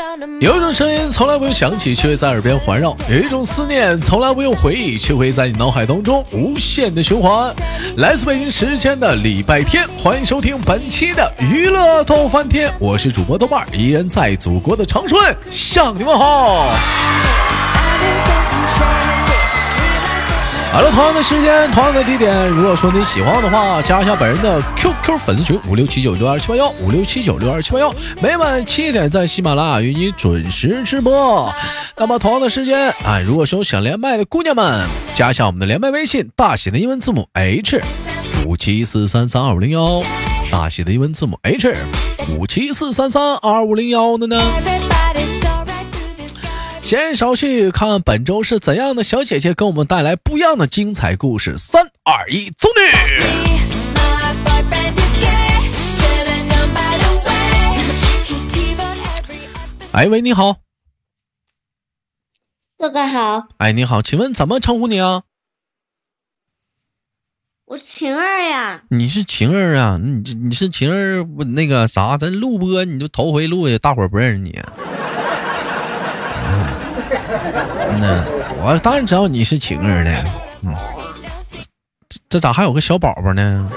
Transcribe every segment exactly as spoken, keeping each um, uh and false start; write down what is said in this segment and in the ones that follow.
有一种声音从来不用响起，却会在耳边环绕；有一种思念从来不用回忆，却会在你脑海当中无限的循环。来自北京时间的礼拜天，欢迎收听本期的娱乐逗翻天，我是主播豆瓣，依然在祖国的长春向你们好。好了，同样的时间，同样的地点，如果说你喜欢的话，加一下本人的 Q Q 粉丝群五六七九六二七八幺五六七九六二七八幺，每晚七点在喜马拉雅与你准时直播。那么同样的时间啊，如果说想连麦的姑娘们，加一下我们的连麦微信，大写的英文字母 H 五七四三三二五零幺，大写的英文字母 H 五七四三三二五零幺的呢。闲言少叙，看本周是怎样的小姐姐给我们带来不一样的精彩故事。三二一，走你！哎喂，你好。 哥哥好。 哎，你好，请问怎么称呼你啊？ 我是晴儿呀。 你是晴儿啊？你你是晴儿，那个啥，咱录播你就头回录呀，大伙儿不认识你。那我当然知道你是晴儿了，嗯，这这咋还有个小宝宝呢？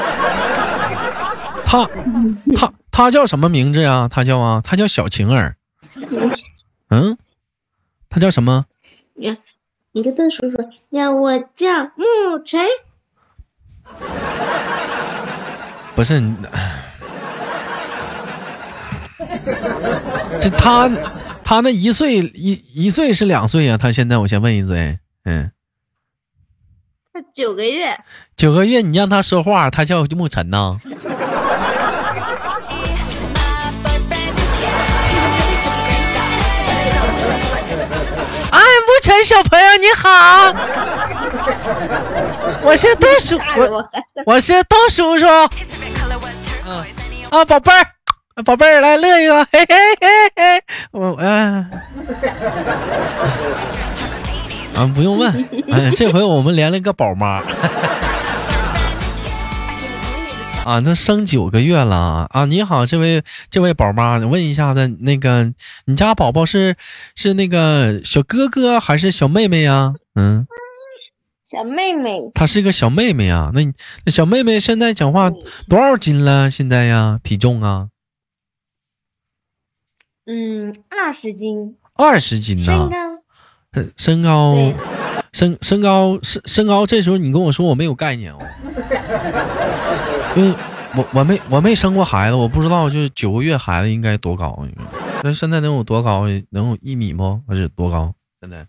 他他他叫什么名字啊？他叫啊，他叫小晴儿。嗯，他叫什么？ 你你跟他说说，呀，我叫沐晨。 不是，这他。他那一岁一一岁是两岁呀、啊？他现在我先问一嘴，嗯， 他九个月， 九个月，你让他说话，他叫沐晨呢。哎，沐晨小朋友你好，我是豆叔，我我是豆叔叔，嗯啊，宝贝儿。宝贝儿来乐一个，嘿嘿嘿嘿，我嗯、呃、啊不用问，哎，这回我们连了个宝妈啊，那生九个月了啊！你好，这位这位宝妈，问一下子，那个你家宝宝是是那个小哥哥还是小妹妹呀？嗯， 小妹妹， 她是个小妹妹啊。那那小妹妹现在讲话多少斤了？现在呀，体重啊？ 嗯，二十斤， 二十斤呐、 身高， 身高，身身高身身高，这时候你跟我说我没有概念哦，因为我我没我没生过孩子，我不知道就是九个月孩子应该多高，那现在能有多高？能有一米吗？还是多高？现在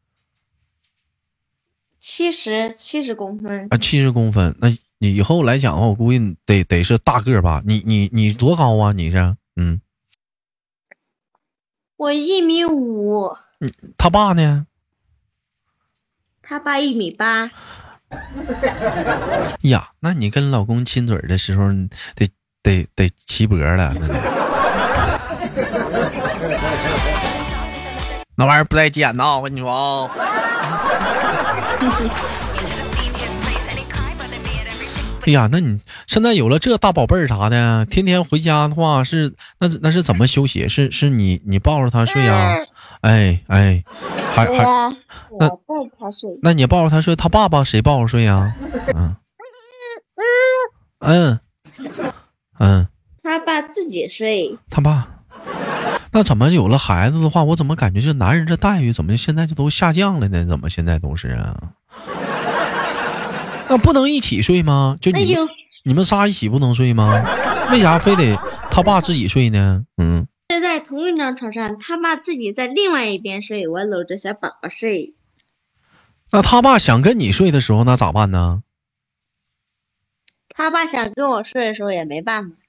七十七十公分啊，七十公分。那你以后来讲的话，我估计得得是大个吧？你你你多高啊？你是嗯。 我一米五， 嗯，他爸呢？ 他爸一米八。 呀，那你跟老公亲嘴的时候，得得得齐脖了，那玩意儿不带剪呐！我跟你说啊。哎呀，那你现在有了这大宝贝儿啥的，天天回家的话是那那是怎么休息？是是你你抱着他睡啊？哎哎，还还那我抱着他睡。 那你抱着他睡，他爸爸谁抱着睡啊？嗯嗯嗯， 他爸自己睡。 他爸，那怎么有了孩子的话，我怎么感觉这男人这待遇怎么现在就都下降了呢？怎么现在都是啊？那不能一起睡吗？就你们、哎、你们仨一起不能睡吗？为啥非得他爸自己睡呢？嗯， 是在同一张床上，他爸自己在另外一边睡，我搂着小宝宝睡。 那他爸想跟你睡的时候，那咋办呢？ 他爸想跟我睡的时候也没办法。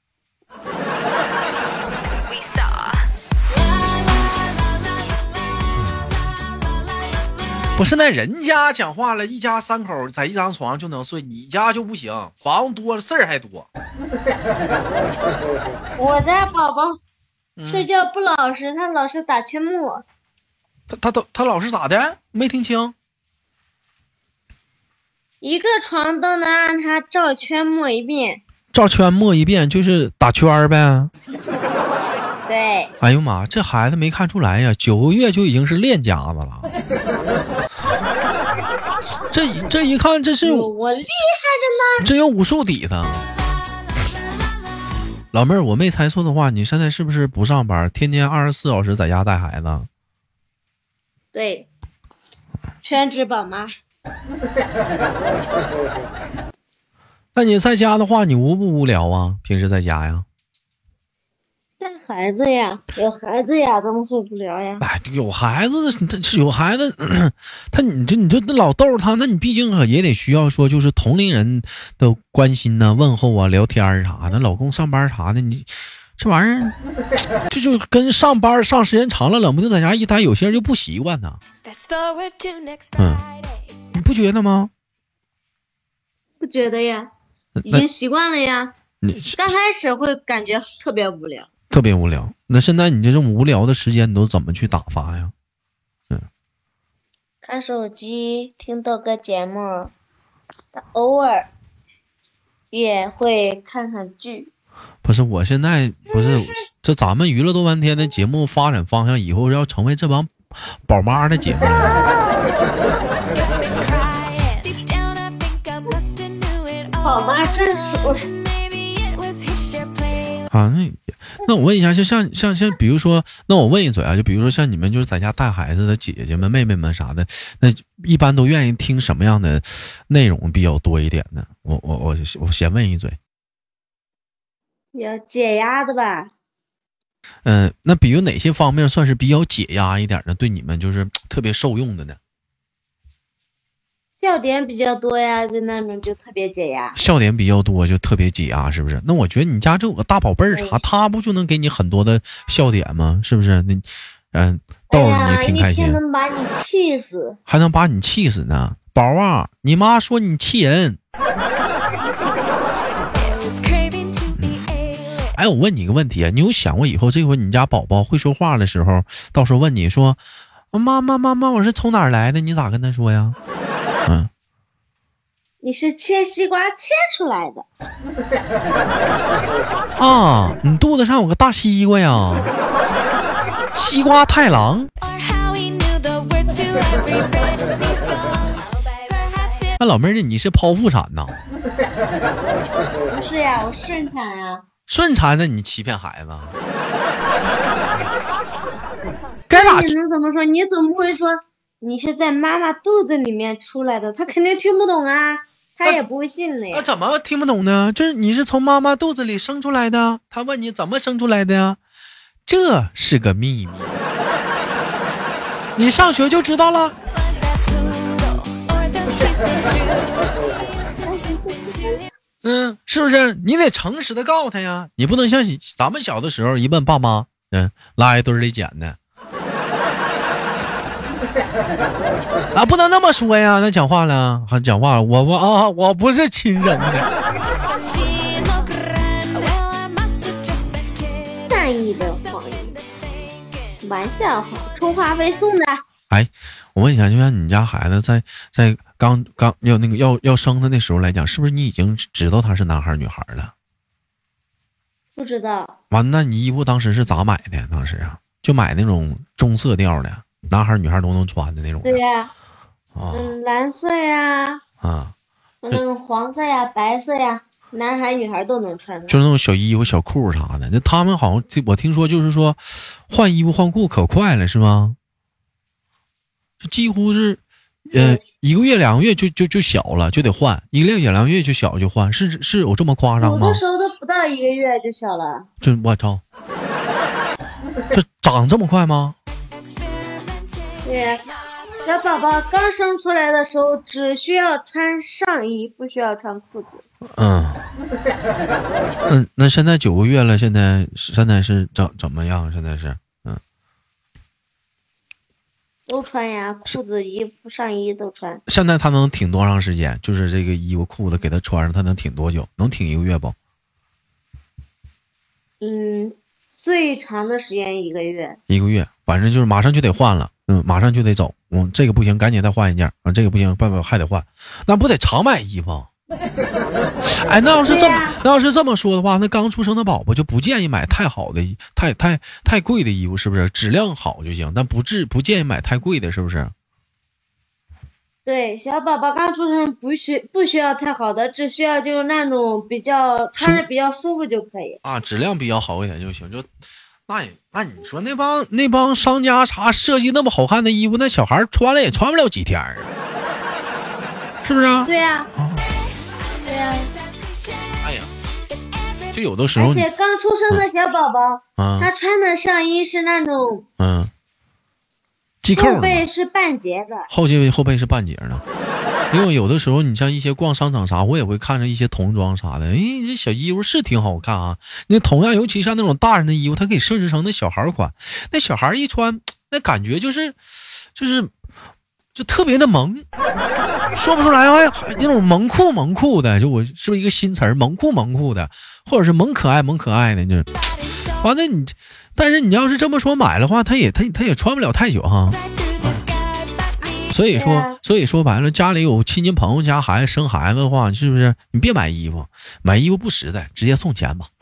不是，那人家讲话了，一家三口在一张床就能睡，你家就不行，房子多了事儿还多。 我家宝宝睡觉不老实，嗯、他老是打圈沫。 他他他他老是咋的？没听清。 一个床都能让他照圈抹一遍。 照圈抹一遍就是打圈呗。 对。 哎呦妈，这孩子没看出来呀，九个月就已经是练家子了。这这一看，这是我厉害着呢， 真有武术底子。老妹儿，我没猜错的话，你现在是不是不上班，天天二十四小时在家带孩子？ 对，全职宝妈。 那你在家的话，你无不无聊啊？平时在家呀？ 带孩子呀，有孩子呀，怎么会无聊呀？ 哎，有孩子，他是有孩子，他你这你这老逗他，那你毕竟也得需要说，就是同龄人的关心呐、啊、问候啊、聊天啥的。老公上班啥的，你这玩意儿，这就跟上班上时间长了，冷不丁在家一待，有些人就不习惯呐。嗯，你不觉得吗？ 不觉得呀，已经习惯了呀。 你刚开始会感觉特别无聊。 特别无聊，那现在你这种无聊的时间，你都怎么去打发呀？嗯， 看手机，听豆哥节目，偶尔也会看看剧。 不是，我现在不是这咱们娱乐多半天的节目发展方向，以后要成为这帮宝妈的节目宝妈真是我。 啊，那那我问一下，就像像像，比如说，那我问一嘴啊，就比如说像你们就是在家带孩子的姐姐们、妹妹们啥的，那一般都愿意听什么样的内容比较多一点呢？我我我我先问一嘴， 比较解压的吧。 嗯、呃，那比如哪些方面算是比较解压一点的，对你们就是特别受用的呢？ 笑点比较多呀，就那种就特别解压。 笑点比较多就特别解压，是不是？那我觉得你家这有个大宝贝儿啥，他不就能给你很多的笑点吗？是不是？那嗯，逗着你挺开心， 哎、一天能把你气死， 还能把你气死呢。宝啊，你妈说你气人。哎，我问你一个问题啊，你有想过以后这回你家宝宝会说话的时候，到时候问你说，妈妈妈妈，我是从哪儿来的？你咋跟他说呀？嗯， 你是切西瓜切出来的啊？你肚子上有个大西瓜呀，西瓜太郎。那老妹儿，你是剖腹产呐？ 不是呀，我顺产呀。 顺产的你欺骗孩子？该咋？ 你能怎么说？你总不会说你是在妈妈肚子里面出来的，他肯定听不懂啊，他也不会信的呀。 那、啊、怎么听不懂呢？就是你是从妈妈肚子里生出来的，他问你怎么生出来的呀？这是个秘密，你上学就知道了。嗯，是不是？你得诚实的告诉他呀，你不能像咱们小的时候一问爸妈，嗯，拉一堆里捡的。啊，不能那么说呀！那讲话了，还讲话了，我我啊，我不是亲生的。 善意的谎言，玩笑话，充话费送的。 哎，我问一下，就像你家孩子在在刚刚要那个要要生的那时候来讲，是不是你已经知道他是男孩女孩了？ 不知道。 完，那你衣服当时是咋买的？当时啊，就买那种中色调的，男孩女孩都能穿的那种的。 对呀、 啊， 嗯，蓝色呀， 啊， 那种黄色呀、白色呀，男孩女孩都能穿的。 就是那种小衣服、小裤啥的。那他们好像我听说就是说，换衣服换裤可快了，是吗？就几乎是，呃，一个月两个月就就就小了，就得换；一个月两个月就小就换，是是有这么夸张吗？ 有的时候都不到一个月就小了。 这我操，这长这么快吗？ 对，小宝宝刚生出来的时候只需要穿上衣，不需要穿裤子。 嗯，嗯，那现在九个月了，现在现在是怎怎么样？现在是嗯。 都穿呀，裤子、衣服、上衣都穿。 现在他能挺多长时间？就是这个衣服、裤子给他穿上，他能挺多久？能挺一个月不？ 嗯，最长的时间一个月。 一个月，反正就是马上就得换了，嗯，马上就得走。嗯，这个不行，赶紧再换一件啊，这个不行，爸爸还得换，那不得常买衣服？ 哎，那要是这么、 啊、 那要是这么说的话，那刚出生的宝宝就不建议买太好的、太太太贵的衣服，是不是？质量好就行，但不至不建议买太贵的，是不是？ 对，小宝宝刚出生不需不需要太好的，只需要就是那种比较穿着比较舒服就可以啊，质量比较好一点就行。就那也那你说那帮那帮商家啥设计那么好看的衣服，那小孩穿了也穿不了几天啊，是不是啊？ 对呀、啊，啊对呀、啊。 哎呀，就有的时候， 而且刚出生的小宝宝， 嗯、 他穿的上衣是那种嗯。系扣后背是半截的， 后背后背是半截的。因为有的时候你像一些逛商场啥，我也会看着一些童装啥的，哎，这小衣服是挺好看啊。那同样，尤其像那种大人的衣服，它可以设置成那小孩款，那小孩一穿，那感觉就是就是就特别的萌，说不出来啊，那种萌酷萌酷的，就我是不是一个新词儿，萌酷萌酷的，或者是萌可爱萌可爱的，就是完了你。但是你要是这么说买的话，他也他他也穿不了太久哈、啊。所以说所以说白了，家里有亲戚朋友家孩子生孩子的话，是不是你别买衣服，买衣服不实在，直接送钱吧。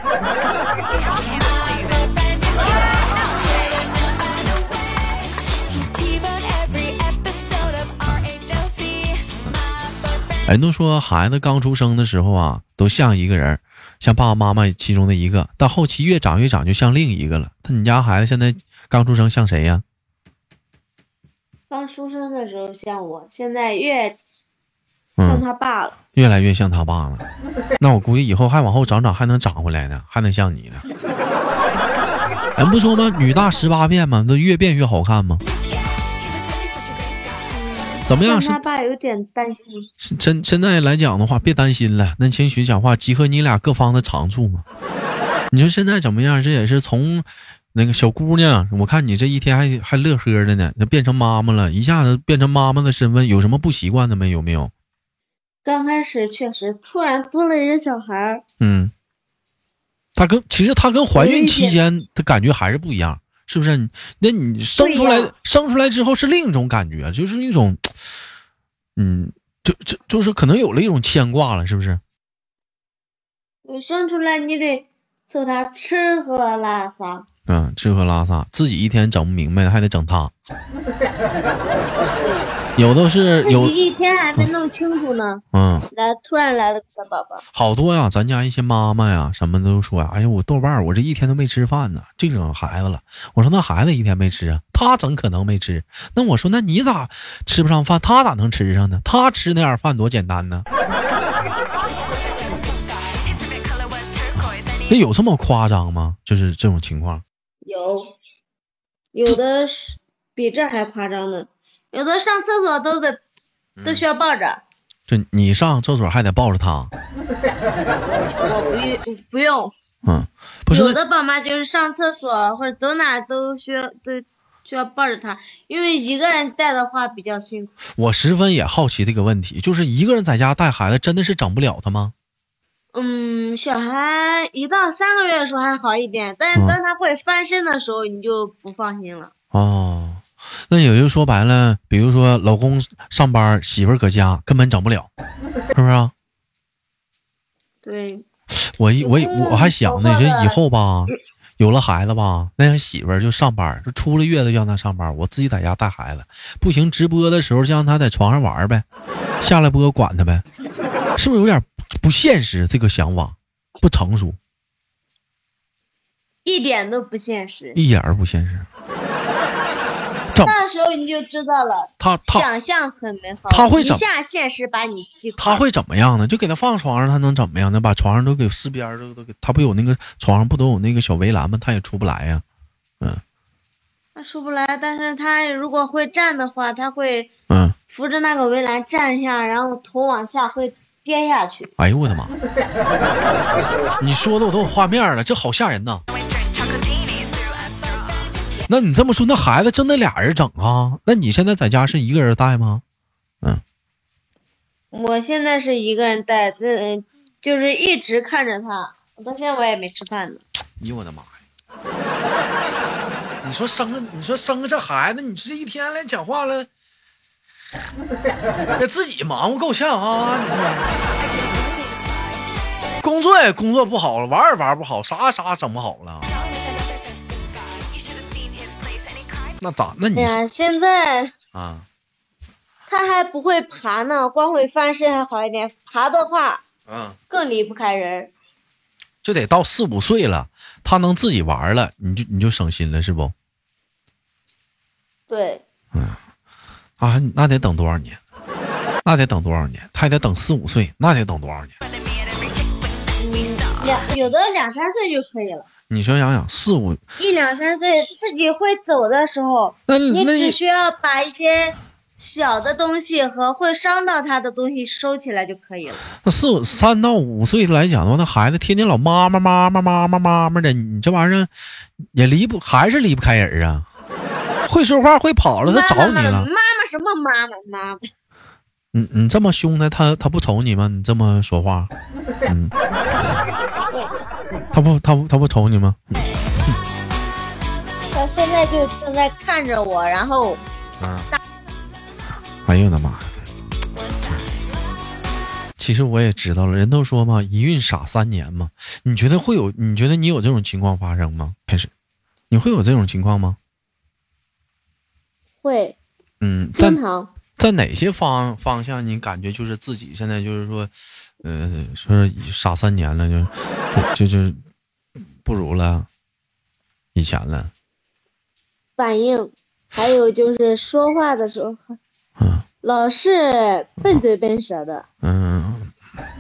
人都说孩子刚出生的时候啊，都像一个人，像爸爸妈妈其中的一个，到后期越长越长就像另一个了。那你家孩子现在刚出生像谁呀？ 刚出生的时候像我，现在越像他爸了、 嗯，越来越像他爸了。那我估计以后还往后长长还能长回来呢，还能像你呢。人不说吗？女大十八变嘛，都越变越好看吗？怎么样？ 他爸有点担心。 现现在来讲的话，别担心了。那请许讲话，集合你俩各方的长处嘛。你说现在怎么样？这也是从那个小姑娘，我看你这一天还还乐呵的呢，那变成妈妈了，一下子变成妈妈的身份，有什么不习惯的没有？没有？ 刚开始确实，突然多了一个小孩。 嗯，他跟其实他跟怀孕期间的感觉还是不一样。是不是？那你生出来生出来之后是另一种感觉，就是一种，嗯，就就就是可能有了一种牵挂了，是不是？ 你生出来你得凑他吃喝拉撒。 嗯，吃喝拉撒，自己一天整不明白，还得整他。有的是有自己一天还没弄清楚呢。 嗯， 来突然来了个小宝宝， 好多呀，咱家一些妈妈呀，什么都说呀，哎呀，我豆瓣我这一天都没吃饭呢，这整孩子了。我说那孩子一天没吃啊，他怎可能没吃？那我说那你咋吃不上饭？他咋能吃上呢？他吃那点饭多简单呢。那有这么夸张吗？就是这种情况？ 有，有的是比这还夸张的。有的上厕所都得都需要抱着， 就你上厕所还得抱着他。 我不用不用。 嗯，不是。 有的爸妈就是上厕所或者走哪都需要都需要抱着他，因为一个人带的话比较辛苦。 我十分也好奇这个问题，就是一个人在家带孩子真的是整不了他吗？ 嗯，小孩一到三个月的时候还好一点，但是当他会翻身的时候，你就不放心了。 哦。那也就说白了，比如说老公上班，媳妇儿搁家，根本整不了，是不是啊？ 对。 我一我我还想呢，这以后吧，有了孩子吧，那样媳妇儿就上班，就出了月子就让他上班，我自己在家带孩子，不行直播的时候就让他在床上玩呗，下了播管他呗，是不是有点不现实？这个想法不成熟， 一点都不现实， 一点儿不现实。 那时候你就知道了， 他他想象很美好， 他会一下现实把你击垮。 他会怎么样呢？就给他放床上，他能怎么样呢？把床上都给四边都都给他不有那个床上不都有那个小围栏吗？他也出不来呀。嗯， 他出不来，但是他如果会站的话，他会嗯扶着那个围栏站下，然后头往下会跌下去。 哎呦我的妈！你说的我都有画面了，这好吓人呐。那你这么说，那孩子真的俩人整啊？那你现在在家是一个人带吗？嗯， 我现在是一个人带，嗯，就是一直看着他，我到现在我也没吃饭呢。 哎呦我的妈呀！你说生个，你说生个这孩子，你这一天来讲话了，给自己忙活够呛啊！你说。 工作也工作不好了，玩也玩不好，啥啥整不好了。那咋？那你哎呀，现在啊， 他还不会爬呢，光会翻身还好一点，爬的话， 嗯， 更离不开人。 就得到四五岁了，他能自己玩了，你就你就省心了，是不？ 对。 嗯，啊，那得等多少年？那得等多少年？他也得等四五岁，那得等多少年？ 两有的两三岁就可以了。 你说想想，四五一两三岁自己会走的时候， 那你那只需要把一些小的东西和会伤到他的东西收起来就可以了。 那四五三到五岁来讲的话，那孩子天天老妈妈妈妈妈妈妈妈的，你这玩意儿也离不还是离不开人啊？会说话会跑了，他找你了。 妈妈什么妈妈妈妈？ 你你这么凶的，他他不瞅你吗？你这么说话，嗯，他不他不他不瞅你吗？ 他现在就正在看着我，然后， 啊，哎呦我的妈！其实我也知道了，人都说嘛，一孕傻三年嘛。你觉得会有？你觉得你有这种情况发生吗？开始，你会有这种情况吗？ 会， 嗯，在经常。 在哪些方方向你感觉就是自己现在就是说，呃，说傻三年了，就就就不如了以前了。 反应，还有就是说话的时候， 嗯， 老是笨嘴笨舌的。 嗯，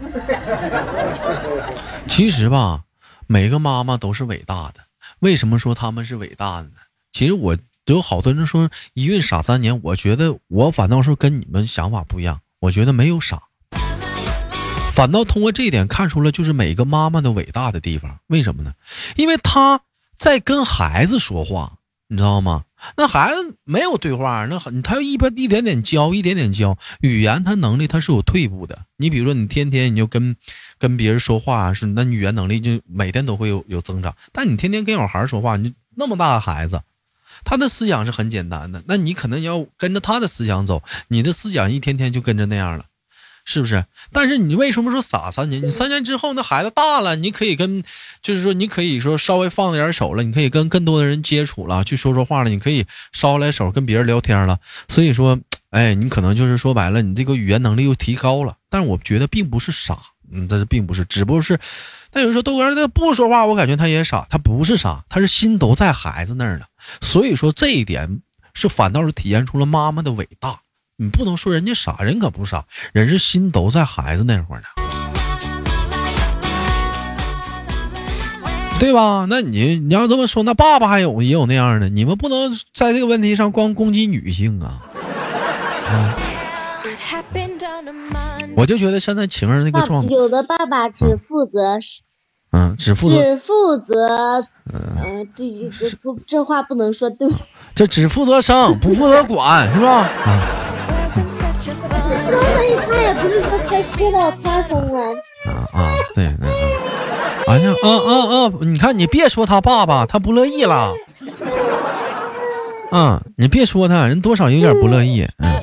其实吧，每个妈妈都是伟大的。为什么说他们是伟大的呢？其实我。有好多人说一孕傻三年，我觉得我反倒是跟你们想法不一样，我觉得没有傻，反倒通过这一点看出了就是每个妈妈的伟大的地方。为什么呢？因为她在跟孩子说话，你知道吗？那孩子没有对话，那他要一般一点点教，一点点教，语言他能力他是有退步的。你比如说你天天你就跟跟别人说话，是那语言能力就每天都会有有增长，但你天天跟小孩说话，你那么大的孩子。他的思想是很简单的，那你可能要跟着他的思想走，你的思想一天天就跟着那样了，是不是？但是你为什么说傻三年？你三年之后那孩子大了，你可以跟，就是说你可以说稍微放点手了，你可以跟更多的人接触了，去说说话了，你可以捎来手跟别人聊天了。所以说，哎，你可能就是说白了，你这个语言能力又提高了。但是我觉得并不是傻，嗯，这并不是，只不过是，但有人说豆哥他不说话，我感觉他也傻，他不是傻，他是心都在孩子那儿了。所以说这一点是反倒是体现出了妈妈的伟大。你不能说人家傻，人可不傻，人是心都在孩子那会儿呢，对吧？那你你要这么说，那爸爸还有也有那样的，你们不能在这个问题上光攻击女性啊。啊我就觉得现在晴儿那个状态， 有的爸爸只负责， 嗯，只负责只负责，嗯、呃，这这不这话不能说，对不起， 这只负责生，不负责管，是吧？啊， 生的他也不是说他说到他生啊， 啊啊，对对对，哎呀，啊啊啊！你看，你别说他爸爸，他不乐意了。嗯，你别说他，人多少有点不乐意。嗯。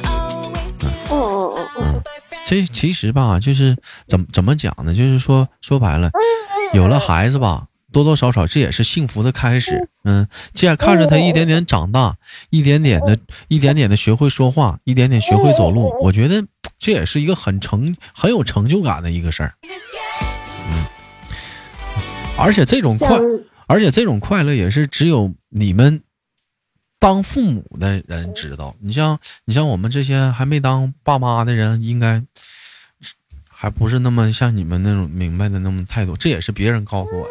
这其实吧，就是怎么怎么讲呢？就是说说白了，有了孩子吧，多多少少这也是幸福的开始。嗯，这样看着他一点点长大，一点点的、一点点的学会说话，一点点学会走路，我觉得这也是一个很成很有成就感的一个事儿。嗯，而且这种快，而且这种快乐也是只有你们当父母的人知道。你像你像我们这些还没当爸妈的人，应该还不是那么像你们那种明白的那么态度，这也是别人告诉我的。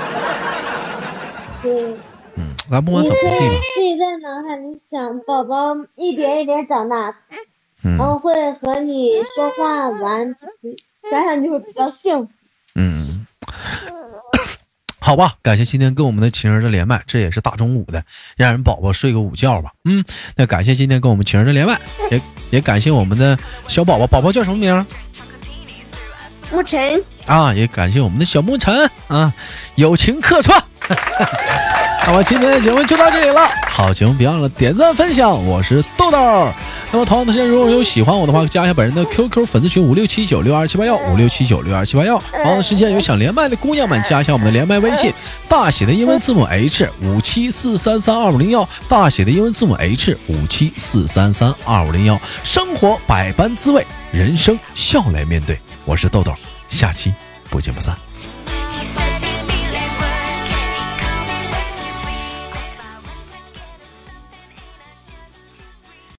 对， 嗯，咱不管怎么地吧， 自己在脑海里想，宝宝一点一点长大， 嗯， 然后会和你说话玩，想想就会比较幸福。 嗯，好吧，感谢今天跟我们的情人的连麦，这也是大中午的，让人宝宝睡个午觉吧。嗯，那感谢今天跟我们情人的连麦，也也感谢我们的小宝宝，宝宝叫什么名？ 沐晨啊，也感谢我们的小沐晨啊，友情客串。 那么今天的节目就到这里了，好节目别忘了点赞分享，我是豆豆。那么同样的时间，如果有喜欢我的话，加一下本人的 Q Q 粉丝群五六七九六二七八幺五六七九六二七八幺。同样的时间，有想连麦的姑娘们，加一下我们的连麦微信，大写的英文字母 H 五七四三三二五零幺，大写的英文字母 H 五七四三三二五零幺。生活百般滋味，人生笑来面对。我是豆豆，下期